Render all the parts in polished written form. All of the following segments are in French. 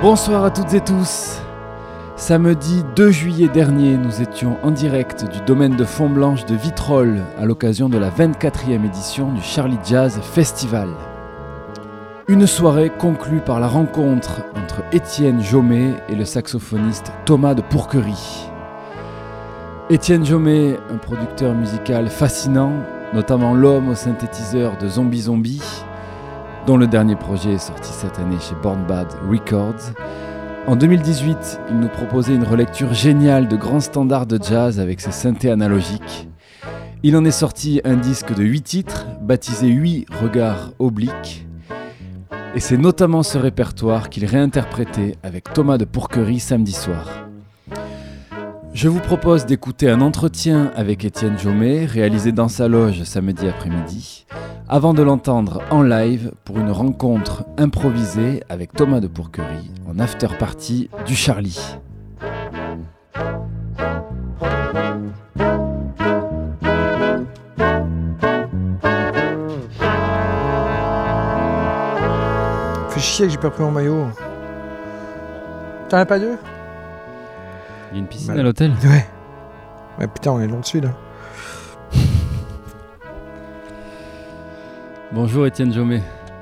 Bonsoir à toutes et tous. Samedi 2 juillet dernier, nous étions en direct du domaine de Fontblanche de Vitrolles à l'occasion de la 24e édition du Charlie Jazz Festival. Une soirée conclue par la rencontre entre Étienne Jomet et le saxophoniste Thomas de Pourquerie. Étienne Jomet, un producteur musical fascinant, notamment l'homme au synthétiseur de Zombie Zombie, dont le dernier projet est sorti cette année chez Born Bad Records. En 2018, il nous proposait une relecture géniale de grands standards de jazz avec ses synthés analogiques. Il en est sorti un disque de 8 titres, baptisé 8 regards obliques. Et c'est notamment ce répertoire qu'il réinterprétait avec Thomas de Pourquerie samedi soir. Je vous propose d'écouter un entretien avec Étienne Jomet, réalisé dans sa loge samedi après-midi, avant de l'entendre en live pour une rencontre improvisée avec Thomas de Pourquerie en after party du Charlie. Fait chier que j'ai pas pris mon maillot. T'en as pas deux? Il y a une piscine à l'hôtel? Ouais, putain, on est dans le sud. Bonjour Étienne Jomet.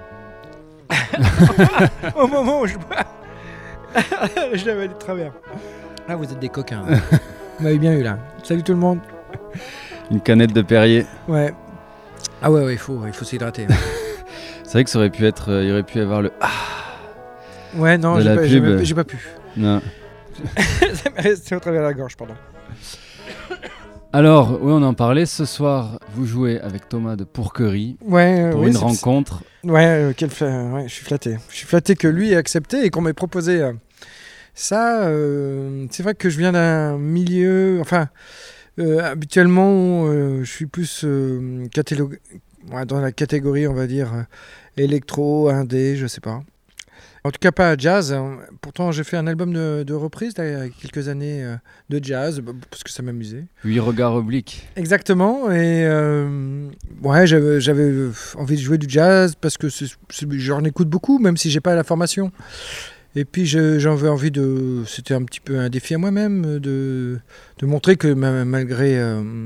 Au moment où je l'avais de travers. Ah, vous êtes des coquins. Vous m'avez bien eu là. Salut tout le monde. Une canette de Perrier. Ouais. Ah ouais, il faut s'hydrater. C'est vrai que ça aurait pu être, il aurait pu y avoir le Ouais, non, de la pub. j'ai pas pu. Non. Ça m'est resté au travers de la gorge, pardon. Alors, oui, on en parlait. Ce soir, vous jouez avec Thomas de Pourquerie pour une rencontre. Ouais, je suis flatté. Je suis flatté que lui ait accepté et qu'on m'ait proposé ça. C'est vrai que je viens d'un milieu... Enfin, habituellement, je suis plus dans la catégorie, on va dire, électro, indé, je sais pas. En tout cas, pas jazz. Pourtant, j'ai fait un album de reprise il y a quelques années de jazz, parce que ça m'amusait. 8 regards obliques. Exactement. Et j'avais envie de jouer du jazz parce que j'en écoute beaucoup, même si j'ai pas la formation. Et puis, j'avais envie de... C'était un petit peu un défi à moi-même de montrer que malgré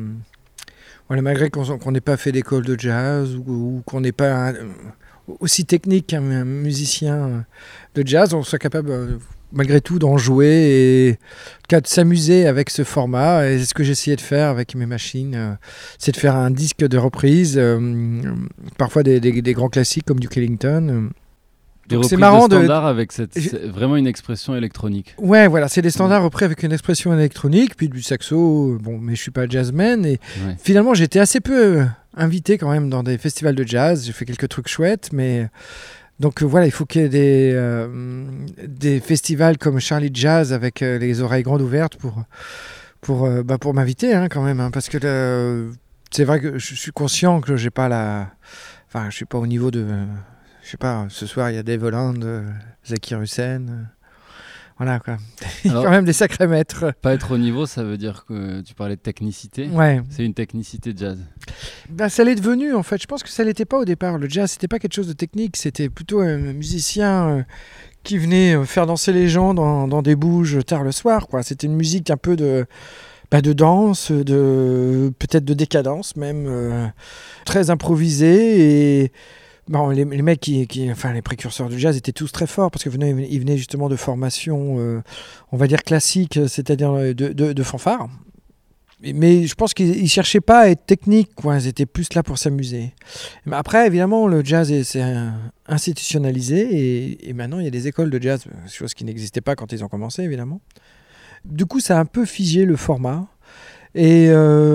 qu'on n'ait pas fait d'école de jazz ou qu'on n'ait pas... aussi technique qu'un musicien de jazz, on soit capable malgré tout d'en jouer et en tout cas de s'amuser avec ce format. Et c'est ce que j'ai essayé de faire avec mes machines, c'est de faire un disque de reprise, parfois des grands classiques comme Duke Ellington. Des reprises de standards avec vraiment une expression électronique. Ouais, voilà, c'est des standards repris avec une expression électronique, puis du saxo, mais je suis pas jazzman, et finalement j'étais assez peu invité quand même dans des festivals de jazz, j'ai fait quelques trucs chouettes, mais donc voilà, il faut qu'il y ait des festivals comme Charlie Jazz avec les oreilles grandes ouvertes pour m'inviter quand même, parce que c'est vrai que je suis conscient que j'ai pas je suis pas au niveau de... Je sais pas, ce soir il y a Dave Holland, Zakir Hussain, voilà quoi. Il y a quand même des sacrés maîtres. Pas être au niveau, ça veut dire que tu parlais de technicité. Ouais. C'est une technicité jazz. Ça l'est devenu en fait. Je pense que ça l'était pas au départ. Le jazz, c'était pas quelque chose de technique. C'était plutôt un musicien qui venait faire danser les gens dans des bouges tard le soir, quoi. C'était une musique un peu de danse, peut-être de décadence même, très improvisée et... Bon, les mecs les précurseurs du jazz étaient tous très forts parce qu'ils venaient justement de formations, on va dire classiques, c'est-à-dire de fanfare. Mais je pense qu'ils ne cherchaient pas à être techniques, quoi. Ils étaient plus là pour s'amuser. Mais après, évidemment, le jazz s'est institutionnalisé et maintenant il y a des écoles de jazz, chose qui n'existait pas quand ils ont commencé, évidemment. Du coup, ça a un peu figé le format. Et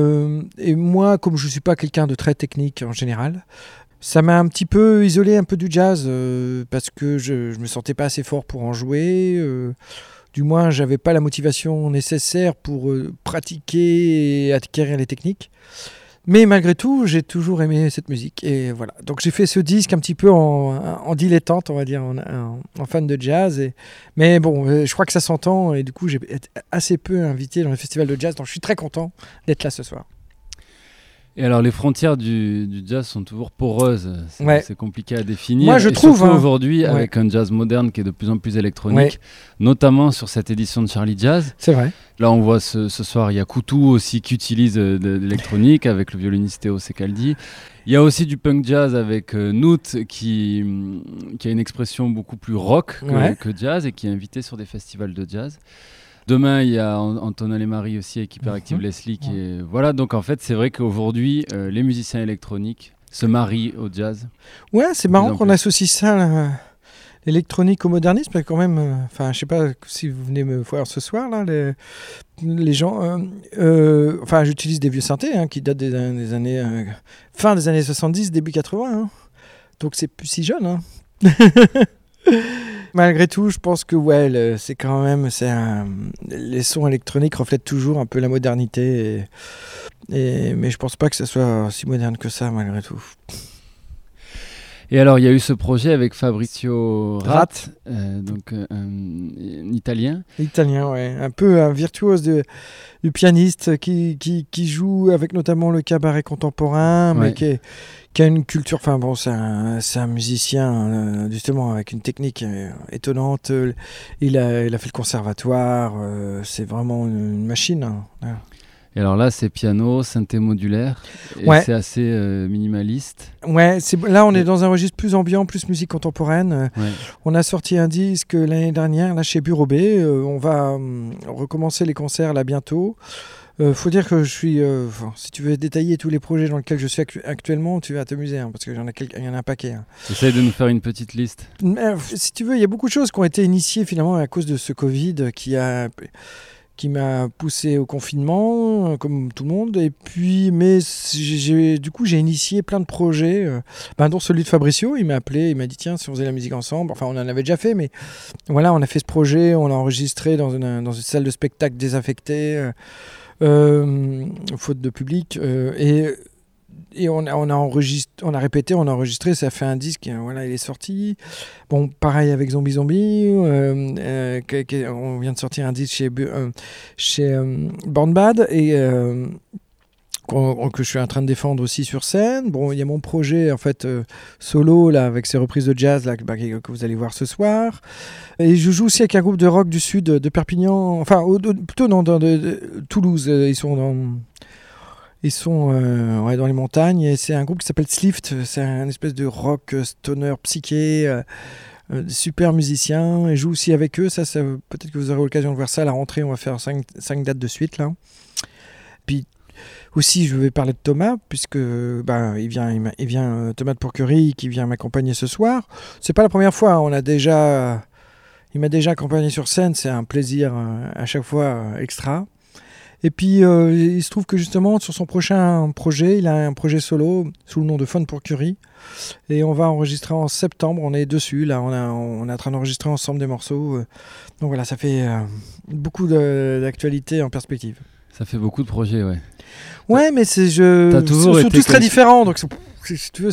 moi, comme je ne suis pas quelqu'un de très technique en général, ça m'a un petit peu isolé un peu du jazz parce que je me sentais pas assez fort pour en jouer. Du moins, j'avais pas la motivation nécessaire pour pratiquer et acquérir les techniques. Mais malgré tout, j'ai toujours aimé cette musique. Et voilà. Donc j'ai fait ce disque un petit peu en dilettante, on va dire, en fan de jazz. Mais bon, je crois que ça s'entend. Et du coup, j'ai été assez peu invité dans le festival de jazz. Donc je suis très content d'être là ce soir. Et alors les frontières du jazz sont toujours poreuses, c'est compliqué à définir. Moi je trouve surtout aujourd'hui avec un jazz moderne qui est de plus en plus électronique, notamment sur cette édition de Charlie Jazz. C'est vrai. Là on voit ce soir il y a Koutou aussi qui utilise de l'électronique avec le violoniste Théo Secaldi. Il y a aussi du punk jazz avec Noot qui a une expression beaucoup plus rock que jazz et qui est invité sur des festivals de jazz. Demain, il y a Antonin Lemarie aussi avec Hyperactive Leslie. Voilà, donc en fait, c'est vrai qu'aujourd'hui, les musiciens électroniques se marient au jazz. Ouais, c'est marrant qu'on associe ça, l'électronique au modernisme. Quand même, je ne sais pas si vous venez me voir ce soir, là, les gens... j'utilise des vieux synthés qui datent des années... fin des années 70, début 80. Donc, c'est plus si jeune. Malgré tout, je pense que c'est quand même les sons électroniques reflètent toujours un peu la modernité, mais je pense pas que ça soit si moderne que ça malgré tout. Et alors, il y a eu ce projet avec Fabrizio Rat, donc un Italien. Italien, ouais, un peu un virtuose du pianiste qui joue avec notamment le cabaret contemporain, mais qui a une culture. Enfin bon, c'est un musicien justement avec une technique étonnante. Il a fait le conservatoire. C'est vraiment une machine. Et alors là, c'est piano, synthé modulaire, et c'est assez minimaliste. Ouais, là on est dans un registre plus ambiant, plus musique contemporaine. On a sorti un disque l'année dernière là chez Bureau B. On va recommencer les concerts là bientôt. Faut dire que je suis, si tu veux détailler tous les projets dans lesquels je suis actuellement, tu vas t'amuser, parce qu'il y en a un paquet. Essaye de nous faire une petite liste. Si tu veux, il y a beaucoup de choses qui ont été initiées finalement à cause de ce Covid qui m'a poussé au confinement, comme tout le monde. Et puis, du coup, j'ai initié plein de projets, dont celui de Fabricio. Il m'a appelé, il m'a dit tiens, si on faisait la musique ensemble. Enfin, on en avait déjà fait, mais voilà, on a fait ce projet, on l'a enregistré dans une salle de spectacle désaffectée. Faute de public, et on a répété, on a enregistré, ça fait un disque, il est sorti. Bon, pareil avec Zombie, on vient de sortir un disque chez Born Bad, et que je suis en train de défendre aussi sur scène. Bon, il y a mon projet en fait solo là avec ses reprises de jazz là que vous allez voir ce soir. Et je joue aussi avec un groupe de rock du sud de Perpignan, plutôt de Toulouse. Ils sont dans les montagnes, et c'est un groupe qui s'appelle Slift. C'est un espèce de rock stoner psyché. Super musiciens, et je joue aussi avec eux. Ça peut-être que vous aurez l'occasion de voir ça à la rentrée. On va faire 5 dates de suite là. Puis aussi, je vais parler de Thomas, puisque il vient Thomas de Pourquerie, qui vient m'accompagner ce soir. C'est pas la première fois, il m'a déjà accompagné sur scène, c'est un plaisir à chaque fois extra. Et puis, il se trouve que justement, sur son prochain projet, il a un projet solo sous le nom de Fun Pourquerie, et on va enregistrer en septembre. On est dessus, là, on est en train d'enregistrer ensemble des morceaux. Donc voilà, ça fait beaucoup d'actualité en perspective. Ça fait beaucoup de projets, ouais. Ouais, mais ils sont tous très différents, donc si tu veux,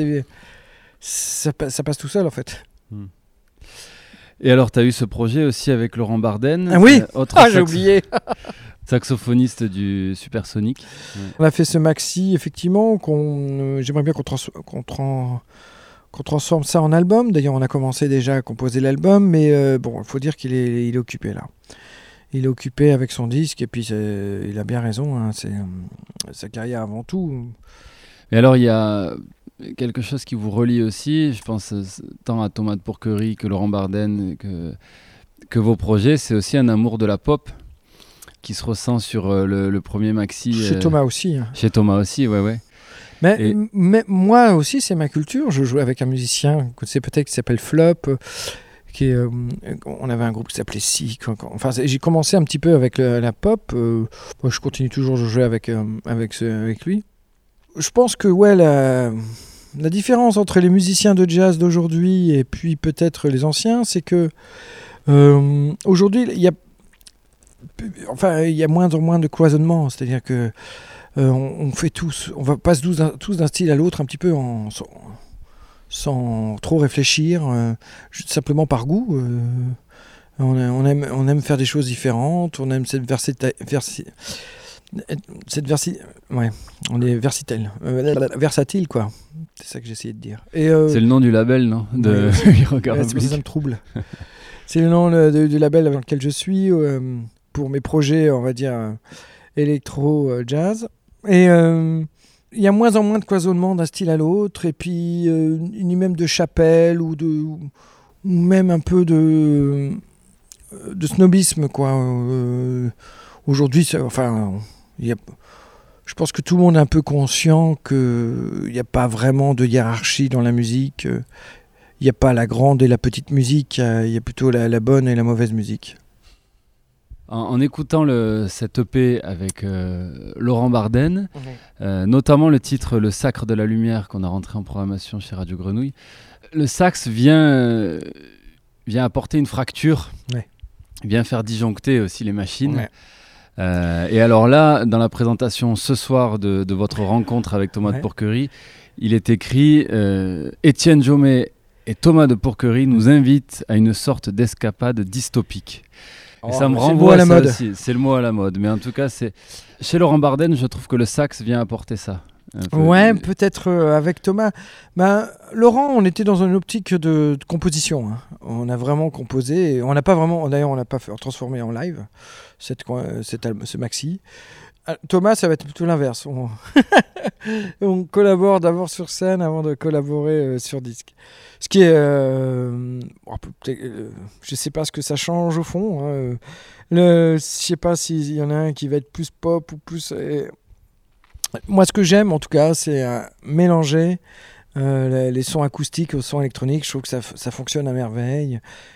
ça passe tout seul en fait. Et alors, tu as eu ce projet aussi avec Laurent Barden. Ah oui, j'ai oublié. Saxophoniste du Supersonic. Ouais. On a fait ce maxi, effectivement, j'aimerais bien qu'on transforme ça en album. D'ailleurs, on a commencé déjà à composer l'album, mais il faut dire qu'il est occupé là. Il est occupé avec son disque, et puis il a bien raison, c'est sa carrière avant tout. Mais alors, il y a quelque chose qui vous relie aussi, je pense tant à Thomas de Pourquerie que Laurent Barden, que vos projets, c'est aussi un amour de la pop qui se ressent sur le premier maxi. Chez Thomas aussi. Chez Thomas aussi, ouais. Mais moi aussi, c'est ma culture. Je joue avec un musicien, vous connaissez peut-être, qui s'appelle Flop. On avait un groupe qui s'appelait Si. J'ai commencé un petit peu avec la pop. Moi, je continue toujours de jouer avec lui. Je pense que la différence entre les musiciens de jazz d'aujourd'hui et puis peut-être les anciens, c'est que aujourd'hui, il y a moins en moins de cloisonnement. C'est-à-dire que on fait on passe tous d'un style à l'autre un petit peu sans trop réfléchir, simplement par goût. On aime faire des choses différentes, on aime cette Ouais, on est versatile, quoi. C'est ça que j'essayais de dire. Et, c'est le nom du label, non de Regarde c'est pour ça que ça me trouble. C'est le nom du label dans lequel je suis pour mes projets, on va dire, électro-jazz. Et il y a moins en moins de cloisonnement d'un style à l'autre, et puis ni même de chapelle ou même un peu de snobisme, quoi. Aujourd'hui, je pense que tout le monde est un peu conscient qu'il n'y a pas vraiment de hiérarchie dans la musique. Il n'y a pas la grande et la petite musique, il y a plutôt la bonne et la mauvaise musique. En écoutant cette EP avec Laurent Barden, notamment le titre Le Sacre de la Lumière qu'on a rentré en programmation chez Radio Grenouille, le sax vient apporter une fracture, vient faire disjoncter aussi les machines. Ouais. Et alors là, dans la présentation ce soir de votre rencontre avec Thomas de Pourquerie, il est écrit Étienne Jomet et Thomas de Pourquerie nous invitent à une sorte d'escapade dystopique. Et ça me renvoie à la mode. Aussi. C'est le mot à la mode. Mais en tout cas, chez Laurent Barden, je trouve que le sax vient apporter ça. Ouais, peut-être avec Thomas. Laurent, on était dans une optique de composition. Hein. On a vraiment composé. On n'a pas transformé en live ce maxi. Thomas, ça va être plutôt l'inverse. On collabore d'abord sur scène avant de collaborer sur disque. Ce qui est... je ne sais pas ce que ça change au fond. Hein. Je ne sais pas s'il y en a un qui va être plus pop ou plus... Moi, ce que j'aime, en tout cas, c'est mélanger les sons acoustiques aux sons électroniques. Je trouve que ça fonctionne à merveille.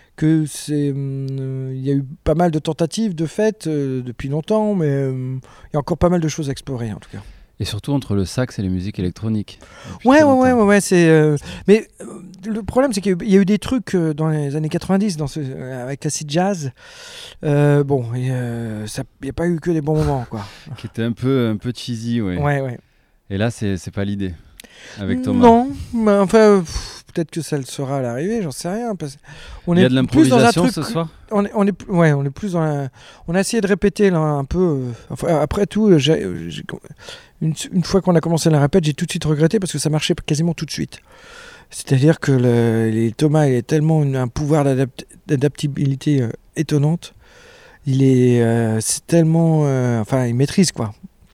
Il y a eu pas mal de tentatives de fait depuis longtemps, mais il y a encore pas mal de choses à explorer, en tout cas. Et surtout entre le sax et les musiques électroniques. Ouais. Mais le problème, c'est qu'il y a eu des trucs dans les années 90 avec l'acid jazz. Il n'y a pas eu que des bons moments, quoi. Qui était un peu cheesy, ouais. Ouais. Et là, c'est pas l'idée avec Thomas. Non, mais enfin, peut-être que ça le sera à l'arrivée, j'en sais rien. Il y a de l'improvisation ce soir. On est plus dans on a essayé de répéter là un peu. Après tout, une fois qu'on a commencé la répète, j'ai tout de suite regretté parce que ça marchait quasiment tout de suite. C'est-à-dire que Thomas il a tellement un pouvoir d'adaptabilité étonnante. C'est tellement, il maîtrise, quoi.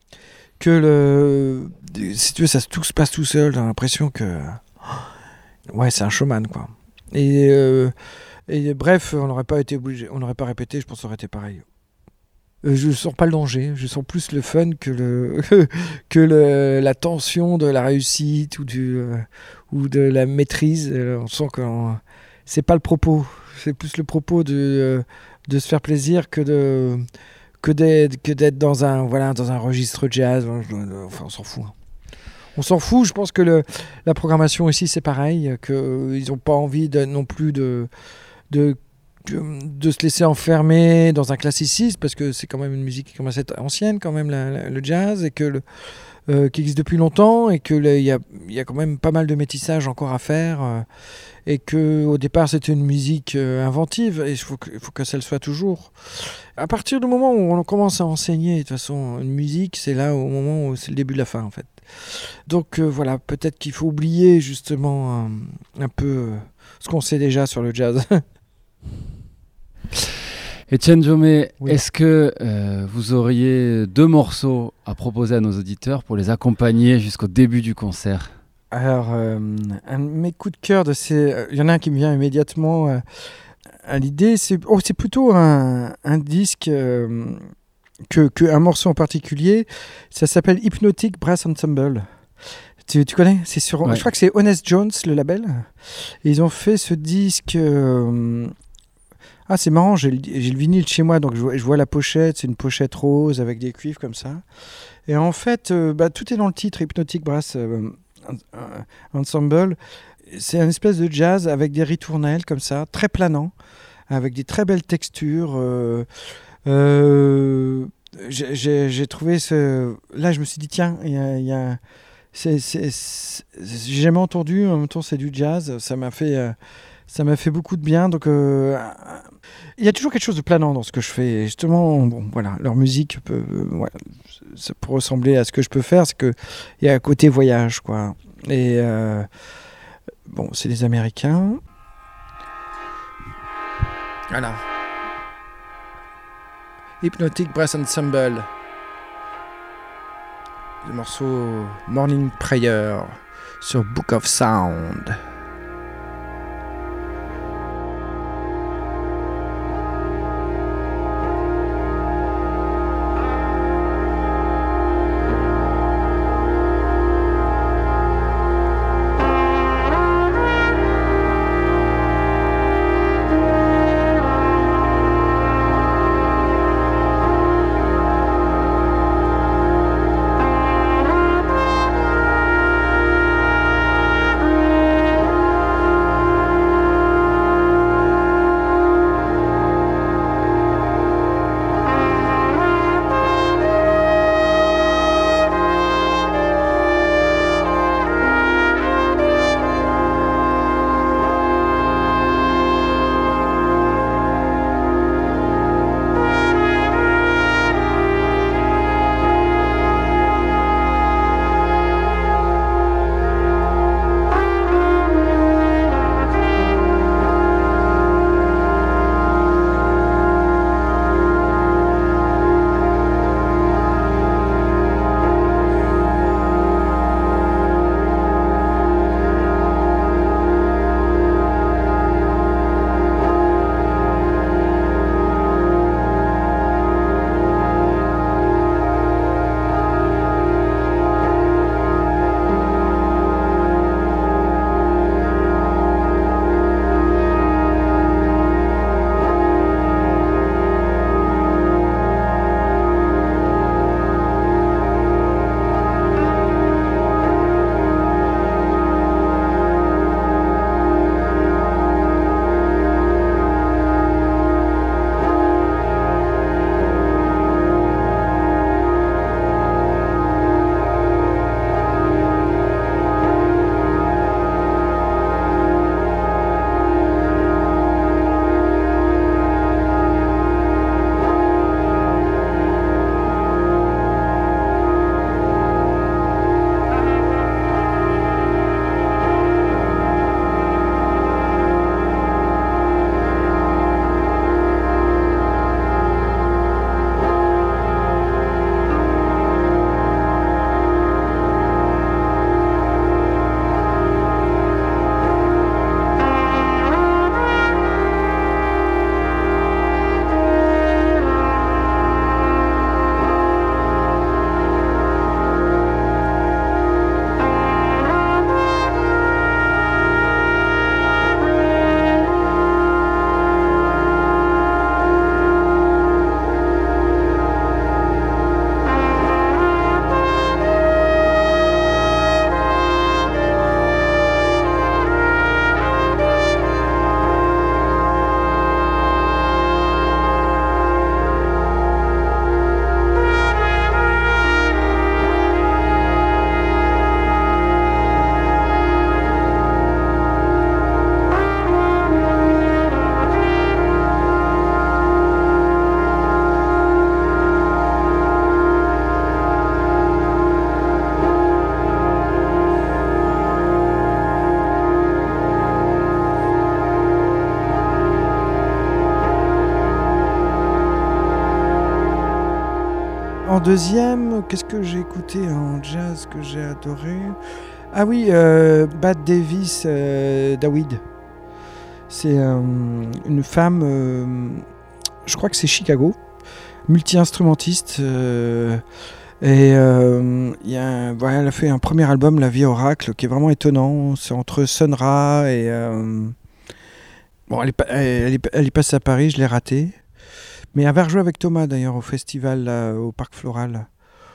Que si tu veux, tout se passe tout seul. J'ai l'impression que c'est un showman, quoi. Et bref, on n'aurait pas été obligé, on n'aurait pas répété. Je pense que ça aurait été pareil. Je sens pas le danger, je sens plus le fun que la tension de la réussite ou de la maîtrise. On sent que c'est pas le propos, c'est plus le propos de se faire plaisir que d'être dans un registre jazz. Enfin, on s'en fout. On s'en fout. Je pense que la programmation ici c'est pareil, qu'ils n'ont pas envie non plus de se laisser enfermer dans un classicisme, parce que c'est quand même une musique qui commence à être ancienne, quand même, le jazz, et qui existe depuis longtemps, et qu'il y a quand même pas mal de métissage encore à faire, et qu'au départ c'était une musique inventive, et il faut que ça le soit toujours. À partir du moment où on commence à enseigner de toute façon une musique, c'est là au moment où c'est le début de la fin, en fait. Donc voilà, peut-être qu'il faut oublier justement un peu ce qu'on sait déjà sur le jazz. Étienne Jomet, Est-ce que vous auriez 2 morceaux à proposer à nos auditeurs pour les accompagner jusqu'au début du concert ? Alors, un de mes coups de cœur, il y en a un qui me vient immédiatement à l'idée, c'est plutôt un disque, un morceau en particulier, ça s'appelle Hypnotic Brass Ensemble. Tu connais ? Je crois que c'est Honest Jones, le label. Et ils ont fait ce disque... c'est marrant, j'ai le vinyle chez moi, donc je vois la pochette, c'est une pochette rose avec des cuivres comme ça. Et en fait, tout est dans le titre, Hypnotic Brass Ensemble. C'est une espèce de jazz avec des ritournelles comme ça, très planant, avec des très belles textures. J'ai trouvé Là, je me suis dit, tiens, j'ai jamais entendu, en même temps c'est du jazz, ça m'a fait Ça m'a fait beaucoup de bien. Donc, il y a toujours quelque chose de planant dans ce que je fais. Et justement, bon, voilà, leur musique peut, voilà, ça peut ressembler à ce que je peux faire. C'est qu'il y a un côté voyage, quoi. Et bon, c'est les Américains. Voilà. Hypnotic Brass Ensemble. Le morceau Morning Prayer sur Book of Sound. En deuxième, qu'est-ce que j'ai écouté en jazz que j'ai adoré? Ah oui, Bette Davis Dawid. C'est une femme, je crois que c'est Chicago, multi-instrumentiste. Elle a fait un premier album, La Vie Oracle, qui est vraiment étonnant. C'est entre Sun Ra et... elle est passée à Paris, je l'ai raté. Mais elle avait rejoué avec Thomas d'ailleurs au festival là, au Parc Floral.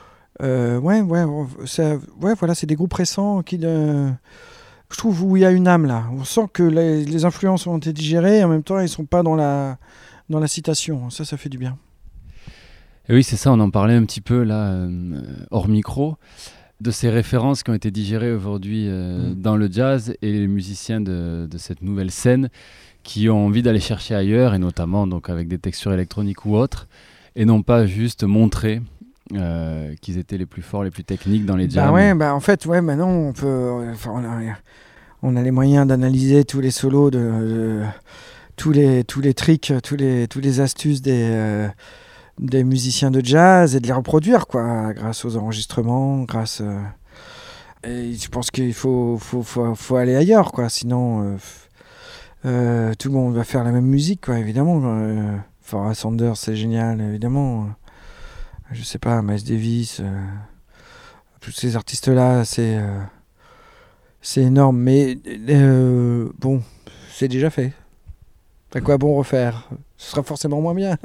Voilà, c'est des groupes récents qui, je trouve, où il y a une âme là. On sent que les influences ont été digérées et en même temps ils sont pas dans la citation. Ça fait du bien. Et oui, c'est ça, on en parlait un petit peu là, hors micro. de ces références qui ont été digérées aujourd'hui dans le jazz et les musiciens de cette nouvelle scène qui ont envie d'aller chercher ailleurs, et notamment donc avec des textures électroniques ou autres, et non pas juste montrer qu'ils étaient les plus forts, les plus techniques dans les jams. En fait, maintenant on peut, on a les moyens d'analyser tous les solos, tous les tricks, tous les astuces des musiciens de jazz et de les reproduire, quoi, grâce aux enregistrements, et je pense qu'il faut aller ailleurs, quoi, sinon tout le monde va faire la même musique, quoi, évidemment. Farrah Sanders, c'est génial, évidemment. Je sais pas, Miles Davis, tous ces artistes-là, c'est énorme, mais bon, c'est déjà fait. À quoi bon refaire ? Ce sera forcément moins bien.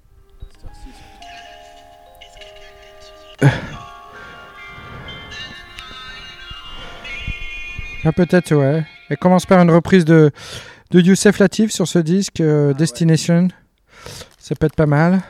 Peut-être, ouais. Elle commence par une reprise de Youssef Latif sur ce disque, Destination. Ouais. Ça peut être pas mal.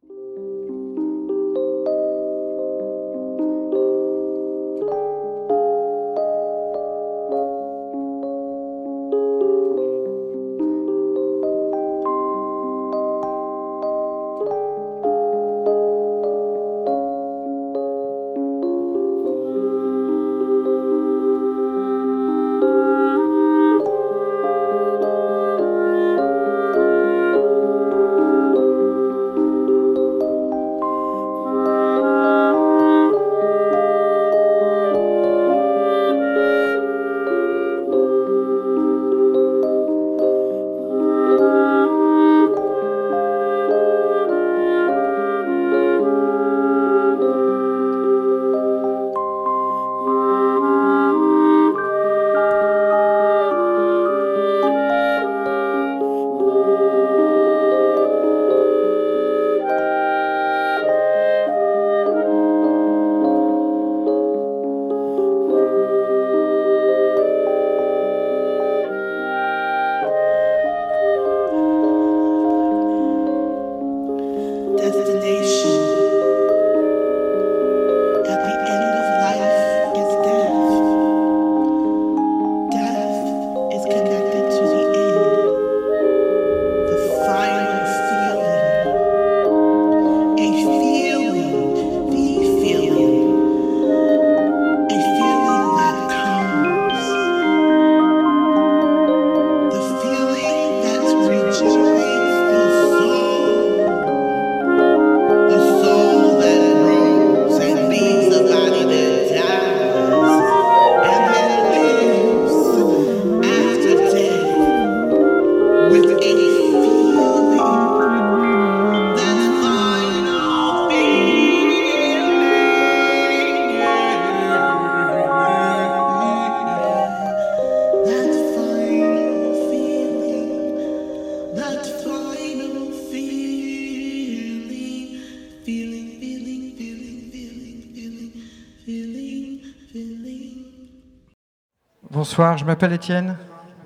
Bonsoir, je m'appelle Étienne.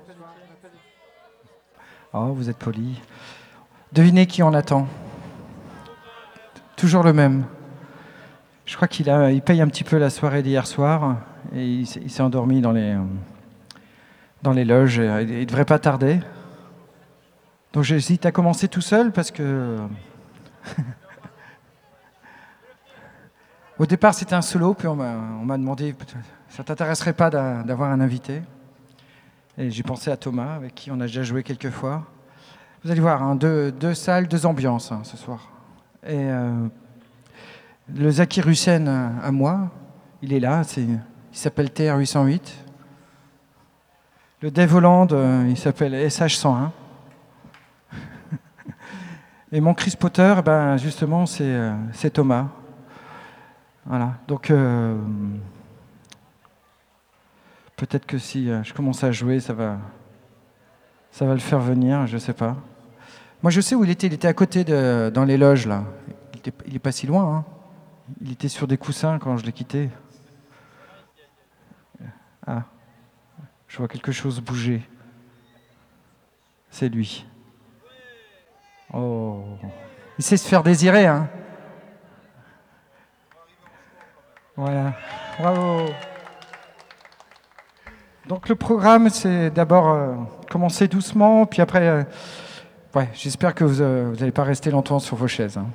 Oh, vous êtes poli. Devinez qui on attend. Toujours le même. Je crois qu'il paye un petit peu la soirée d'hier soir et il s'est endormi dans les loges. Il ne devrait pas tarder. Donc j'hésite à commencer tout seul parce que... Au départ, c'était un solo, puis on m'a demandé, ça t'intéresserait pas d'avoir un invité ? Et j'ai pensé à Thomas, avec qui on a déjà joué quelques fois. Vous allez voir, hein, deux salles, deux ambiances ce soir. Et le Zakir Hussein à moi, il est là, il s'appelle TR-808. Le Dave Holland, il s'appelle SH-101. Et mon Chris Potter, justement, c'est Thomas. Voilà, donc peut-être que si je commence à jouer, ça va le faire venir, je sais pas. Moi, je sais où il était à côté dans les loges, là. Il est pas si loin, hein. Il était sur des coussins quand je l'ai quitté. Ah, je vois quelque chose bouger. C'est lui. Oh, il sait se faire désirer, hein. Voilà, bravo. Donc le programme, c'est d'abord commencer doucement, puis après, ouais, j'espère que vous n'allez pas rester longtemps sur vos chaises. Hein.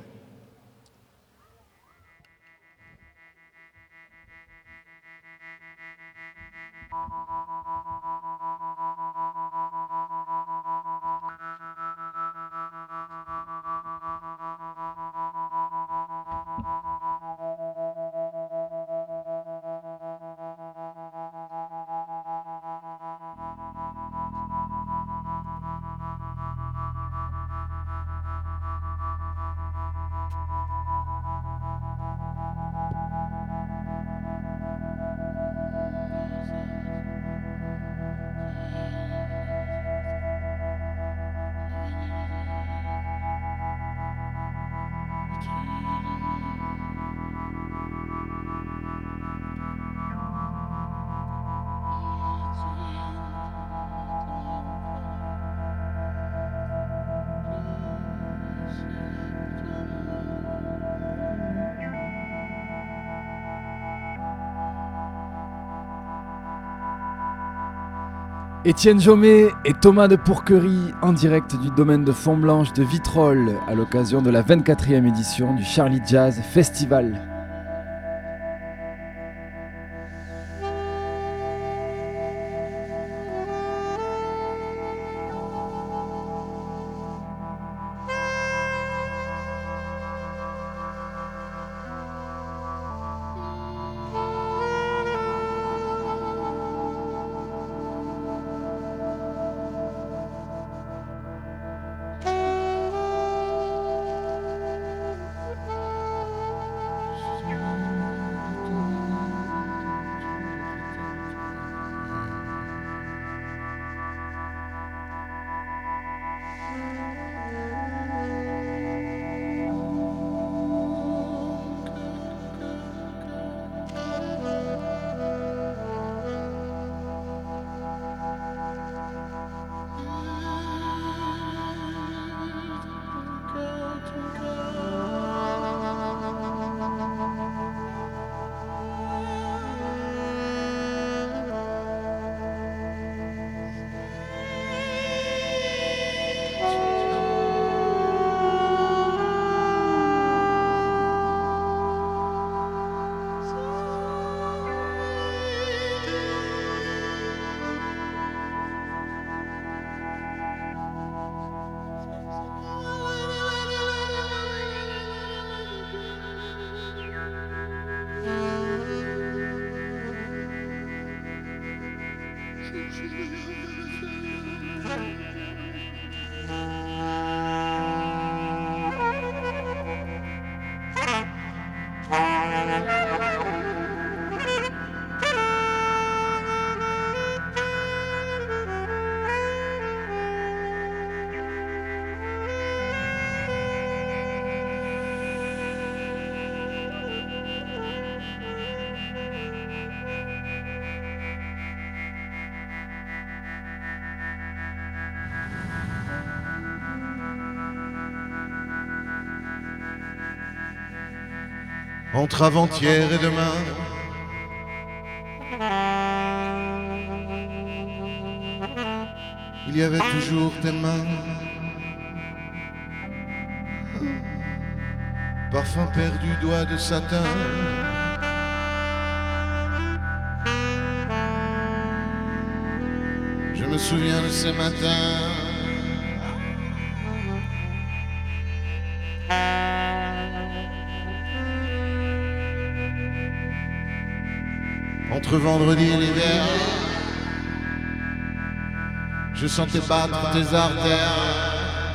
Étienne Jomet et Thomas de Pourquerie en direct du domaine de Fontblanche de Vitrolles à l'occasion de la 24e édition du Charlie Jazz Festival. Entre avant-hier et demain, il y avait toujours tes mains, parfum perdu, doigt de satin. Je me souviens de ces matins, entre vendredi et l'hiver, je sentais battre tes artères,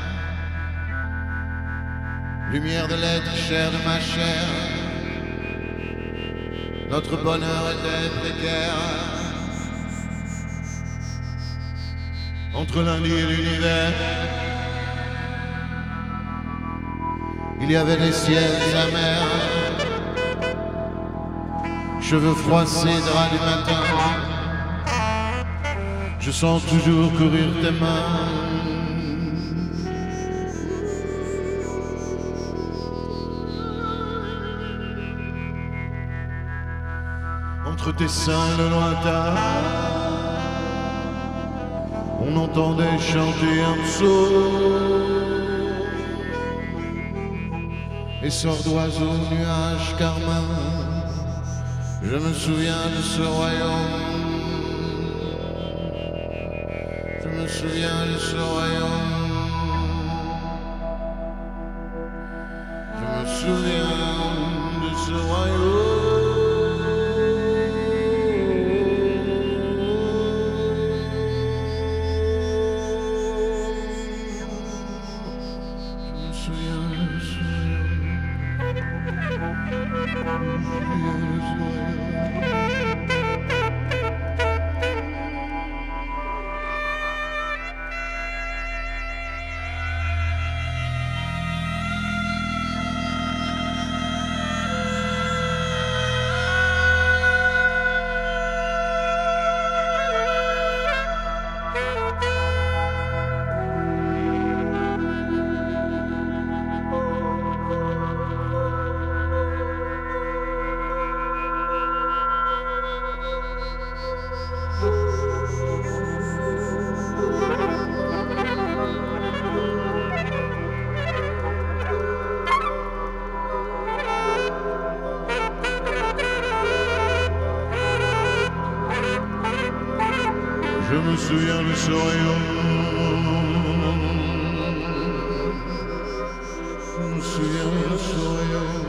lumière de l'être, chair de ma chair. Notre bonheur était précaire. Entre lundi et l'univers, il y avait des ciels amers, cheveux froissés, draps du matin. Je sens toujours courir tes mains. entre tes seins et le lointain. On entendait chanter un psaume, essor d'oiseaux, nuages carmin. Je me souviens de ce royaume. Je me souviens de ce royaume. Je me souviens de ce royaume. Je me souviens de ce royaume. Je me souviens de ce royaume.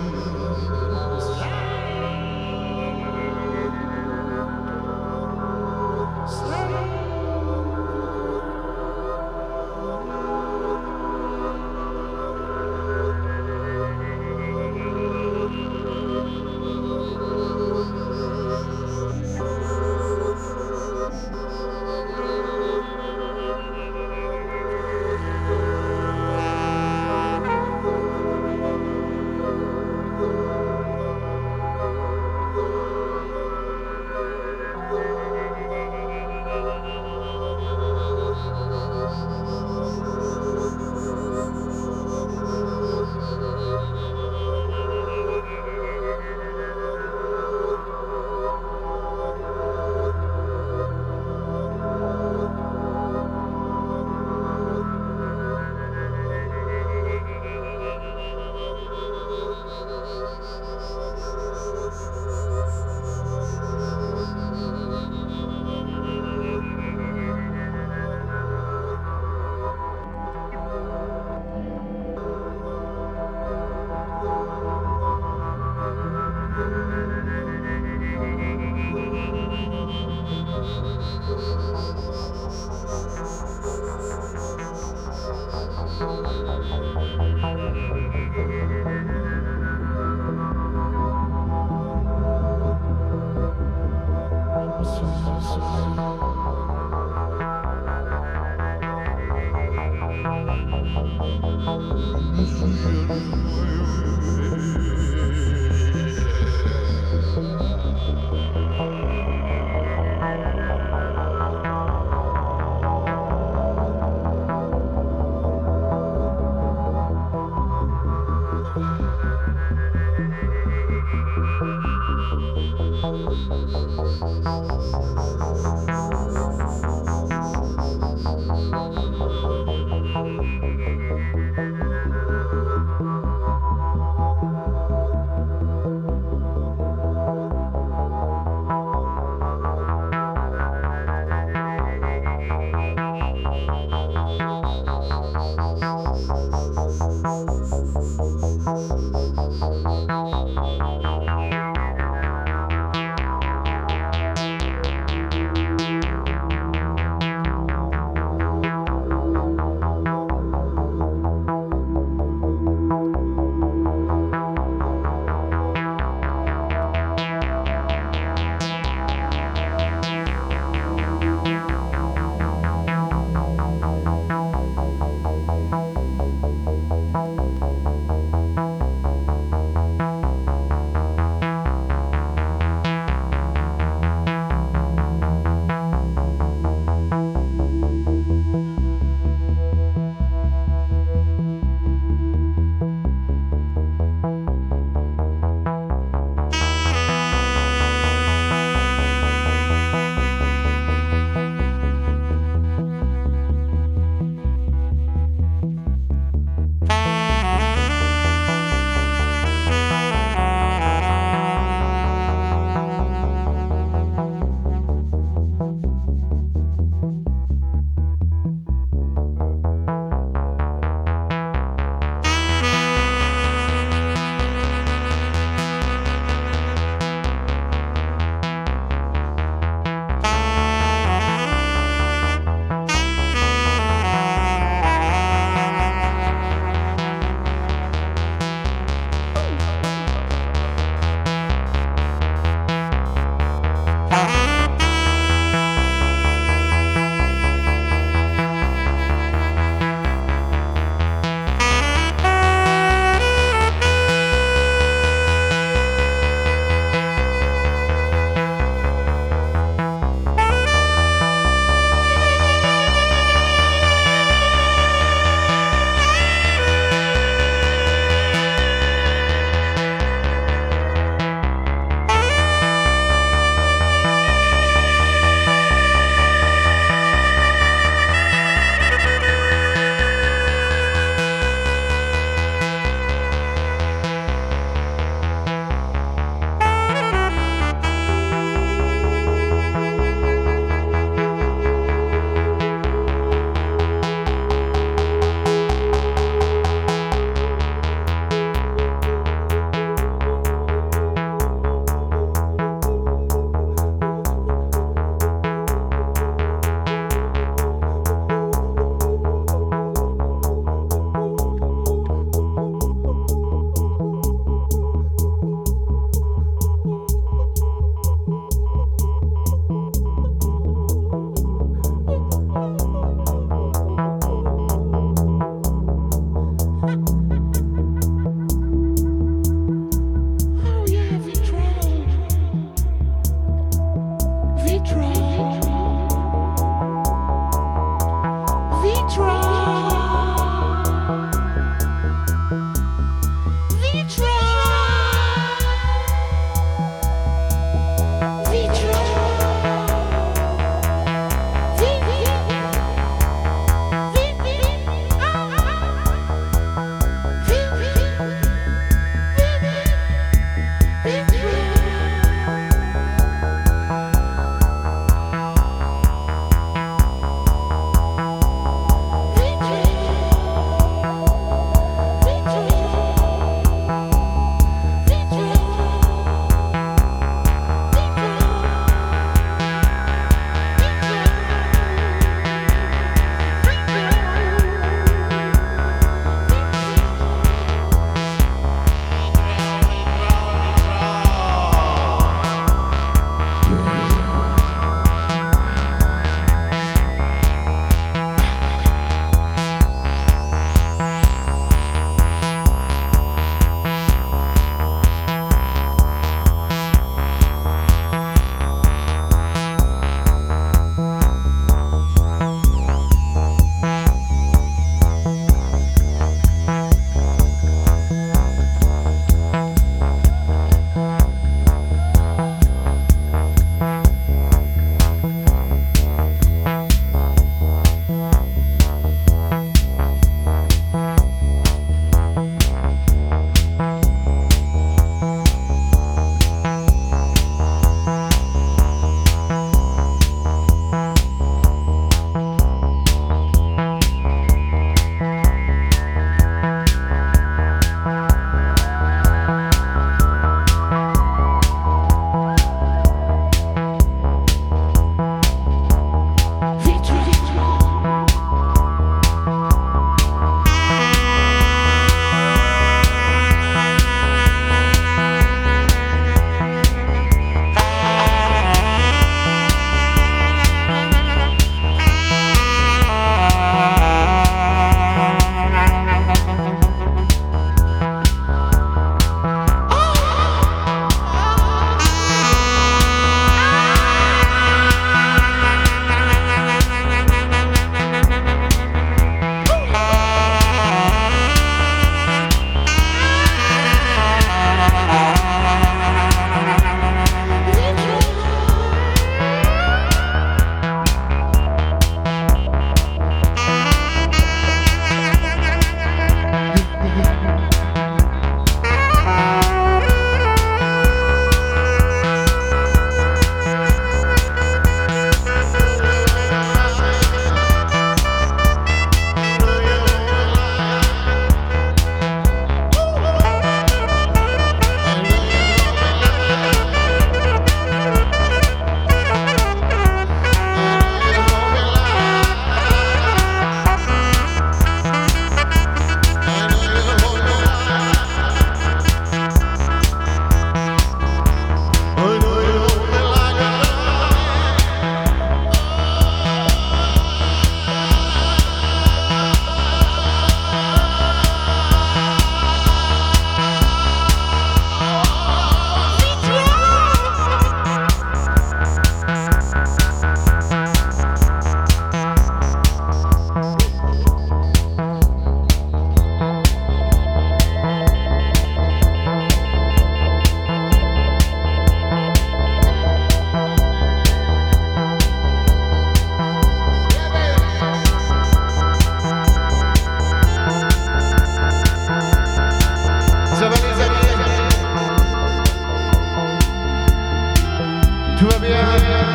Tout va bien.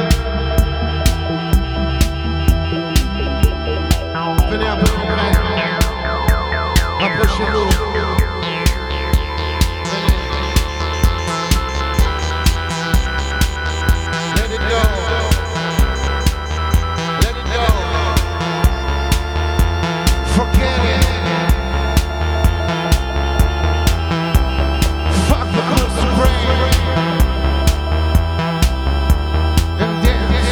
Venez un peu plus près. Rapprochez-vous. Venez. Let it go. Let it go. Forget it. Fuck the crystal brain. And dance.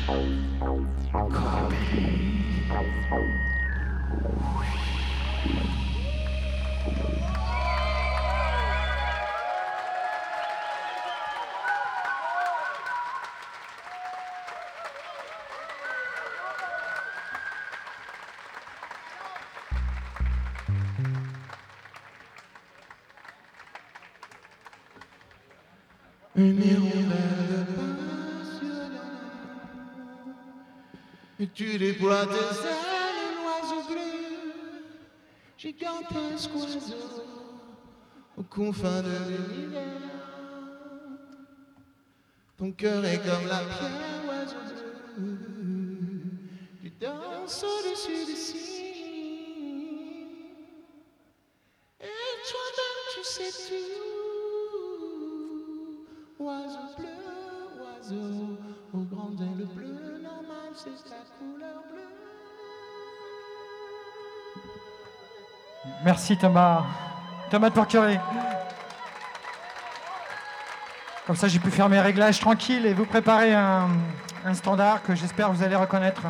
Une hirondelle passe sur la mer et tu déploies tes ailes, l'oiseau bleu, gigantesque oiseau aux confins de l'univers. Ton cœur est comme la pierre, oiseau bleu, tu danses au-dessus des cieux et toi-même tu sais tout. Oiseau bleu, oiseau aux grandes ailes bleues, normal c'est sa couleur bleue. Merci Thomas. Thomas de Porquerolles. Comme ça j'ai pu faire mes réglages tranquilles et vous préparer un standard que j'espère vous allez reconnaître.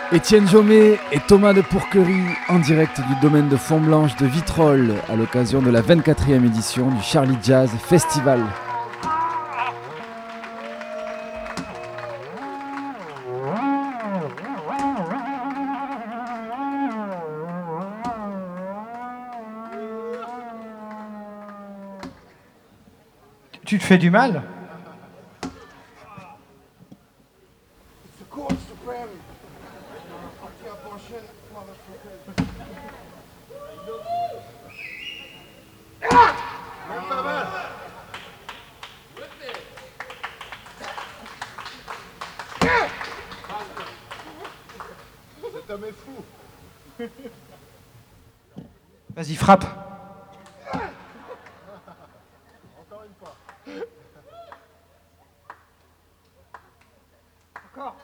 Étienne Jomet et Thomas de Pourquerie en direct du domaine de Fontblanche de Vitrolles à l'occasion de la 24e édition du Charlie Jazz Festival. Tu te fais du mal ? Cet homme est fou. Vas-y, frappe. Encore une fois. Encore.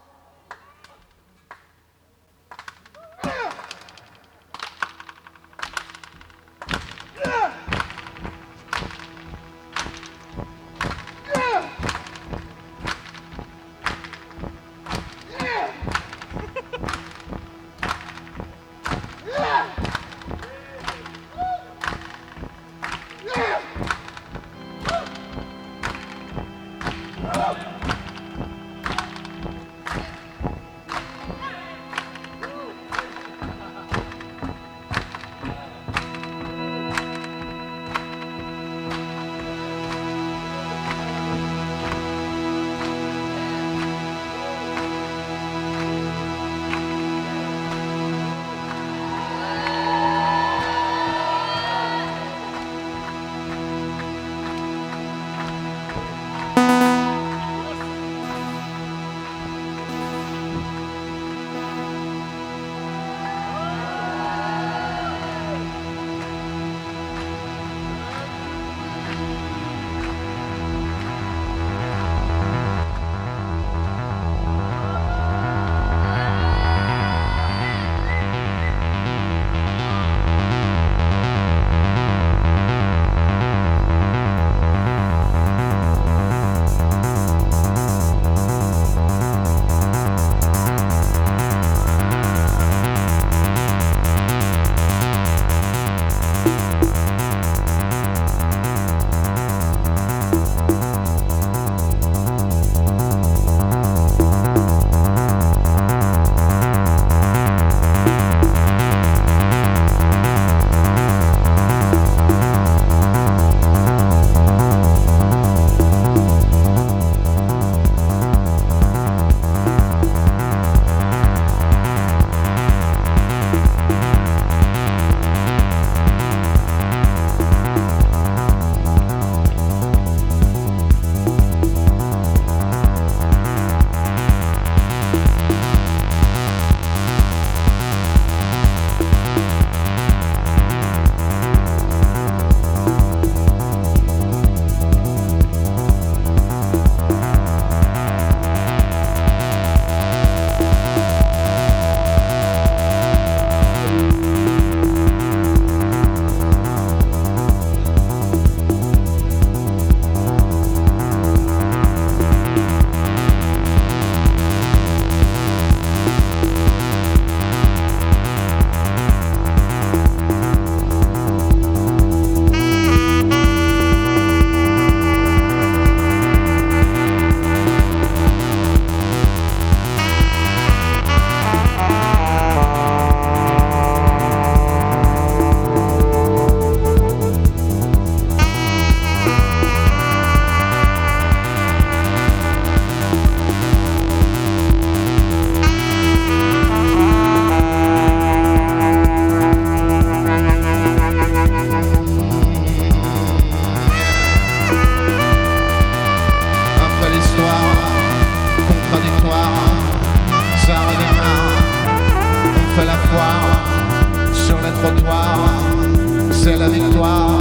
c'est la victoire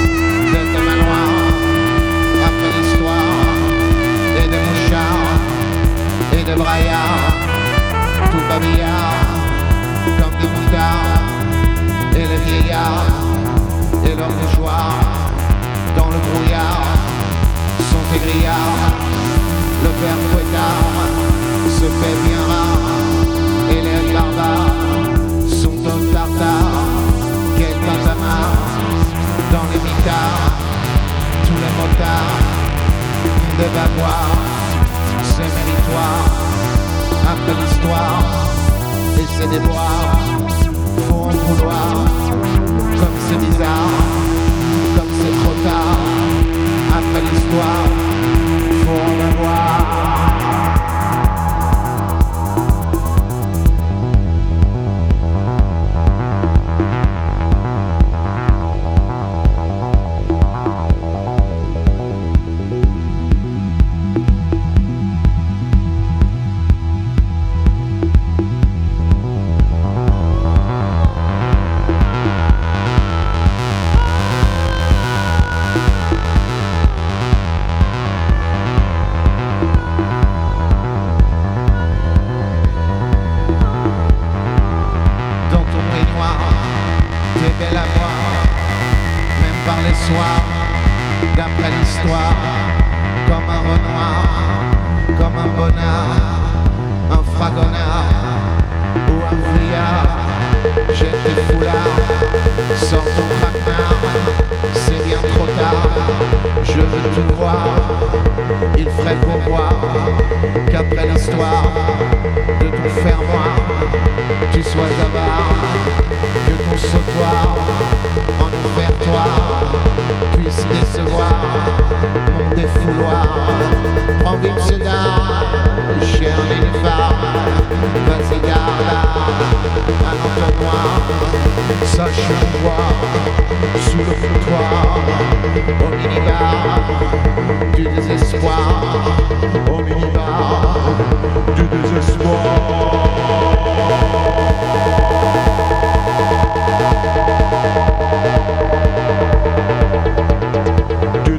des manoirs. Après l'histoire et des mouchards et des braillards, tout babillard comme des moutards. Et les vieillards et leurs mouchoirs dans le brouillard sont égrillards. Le père fouettard se fait bien rare et les de valoir, c'est méritoire. Après l'histoire et ses déboires, faut en vouloir. Comme c'est bizarre, comme c'est trop tard. Après l'histoire, faut en avoir. D'après l'histoire, comme un renard, comme un bonnard, un fragonard ou un friard. Jette tes foulards, sors ton traquenard, c'est bien trop tard. Je veux tout voir, il ferait pour voir qu'après l'histoire de ton fermoir, tu sois avare, que ton sautoir en offertoire puisse décevoir mon défouloir. Prends vite ce dard, cher nénuphar, vas-y garde, un entonnoir, sache pouvoir sous le foutoir, au minibar du désespoir, au minibar du désespoir. Du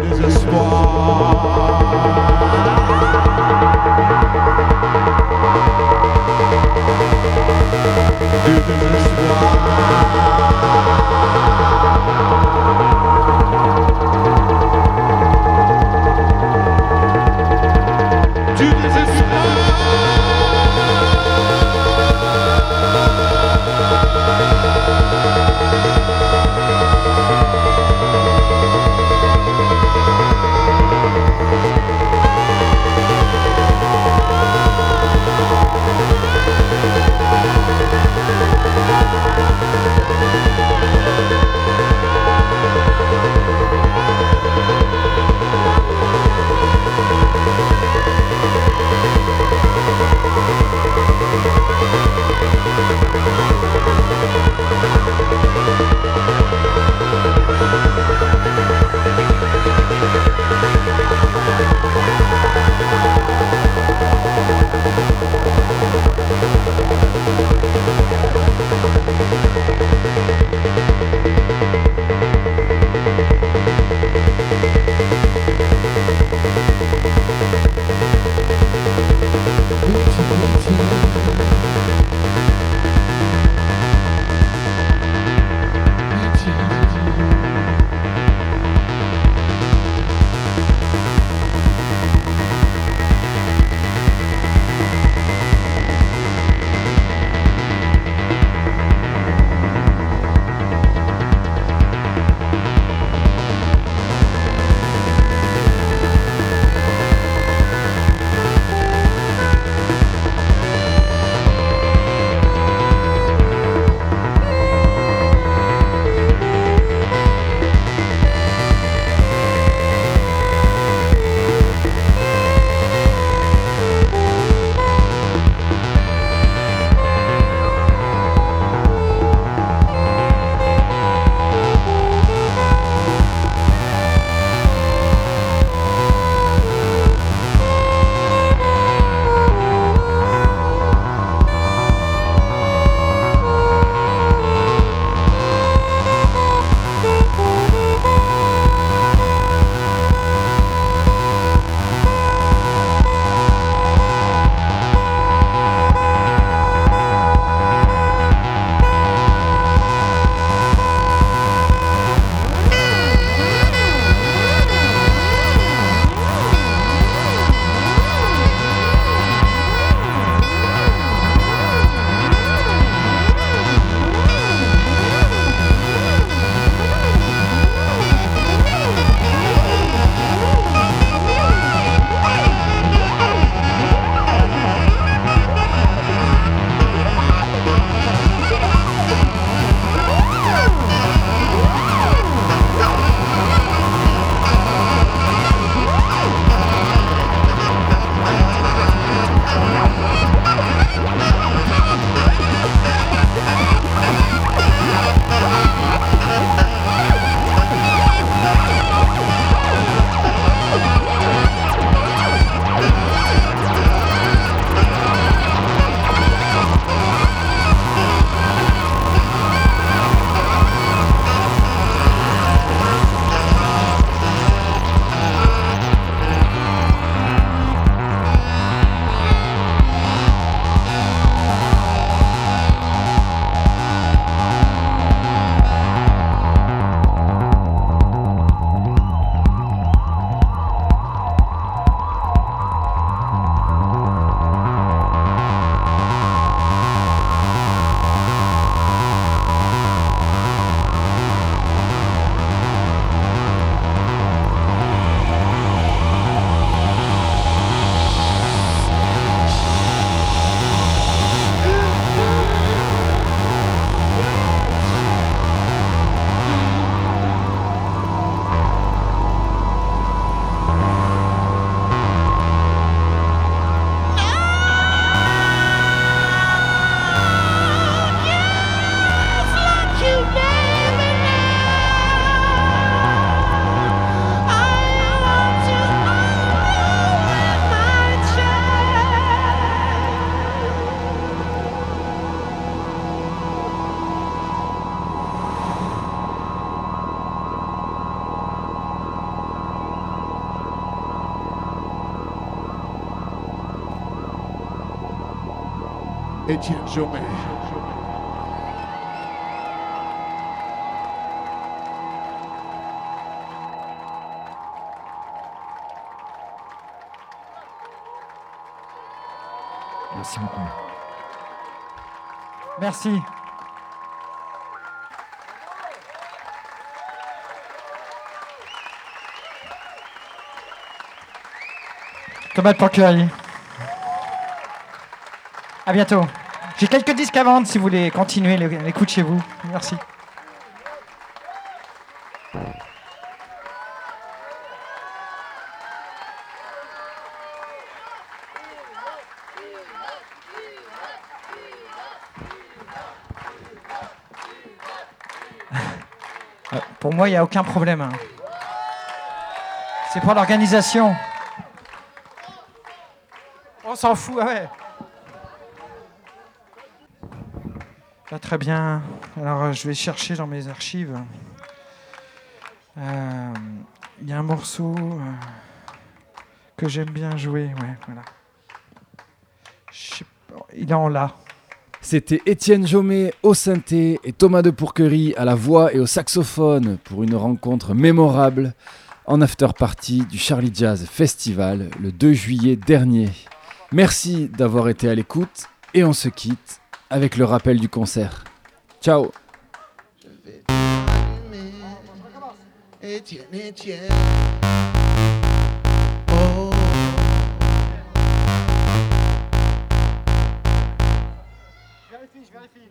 Etienne Jomet. Merci beaucoup. Merci. Tomate Porcueil. À bientôt. J'ai quelques disques à vendre si vous voulez continuer l'écoute chez vous. Merci. Pour moi, il n'y a aucun problème. Hein. C'est pour l'organisation. On s'en fout, ah ouais. Pas très bien. Alors, je vais chercher dans mes archives. Il y a un morceau que j'aime bien jouer. Ouais, voilà. Il est en la. C'était Etienne Jomet au synthé et Thomas de Pourquerie à la voix et au saxophone pour une rencontre mémorable en after party du Charlie Jazz Festival le 2 juillet dernier. Merci d'avoir été à l'écoute et on se quitte avec le rappel du concert. Ciao. Je vais t'allumer, Etienne, Etienne. Oh. Je vérifie.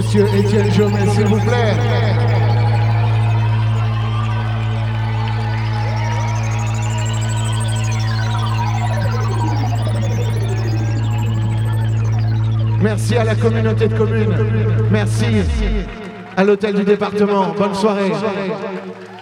Monsieur Étienne Jomet, s'il vous plaît. Merci à la communauté de communes. Merci à l'hôtel du département. Bonne soirée.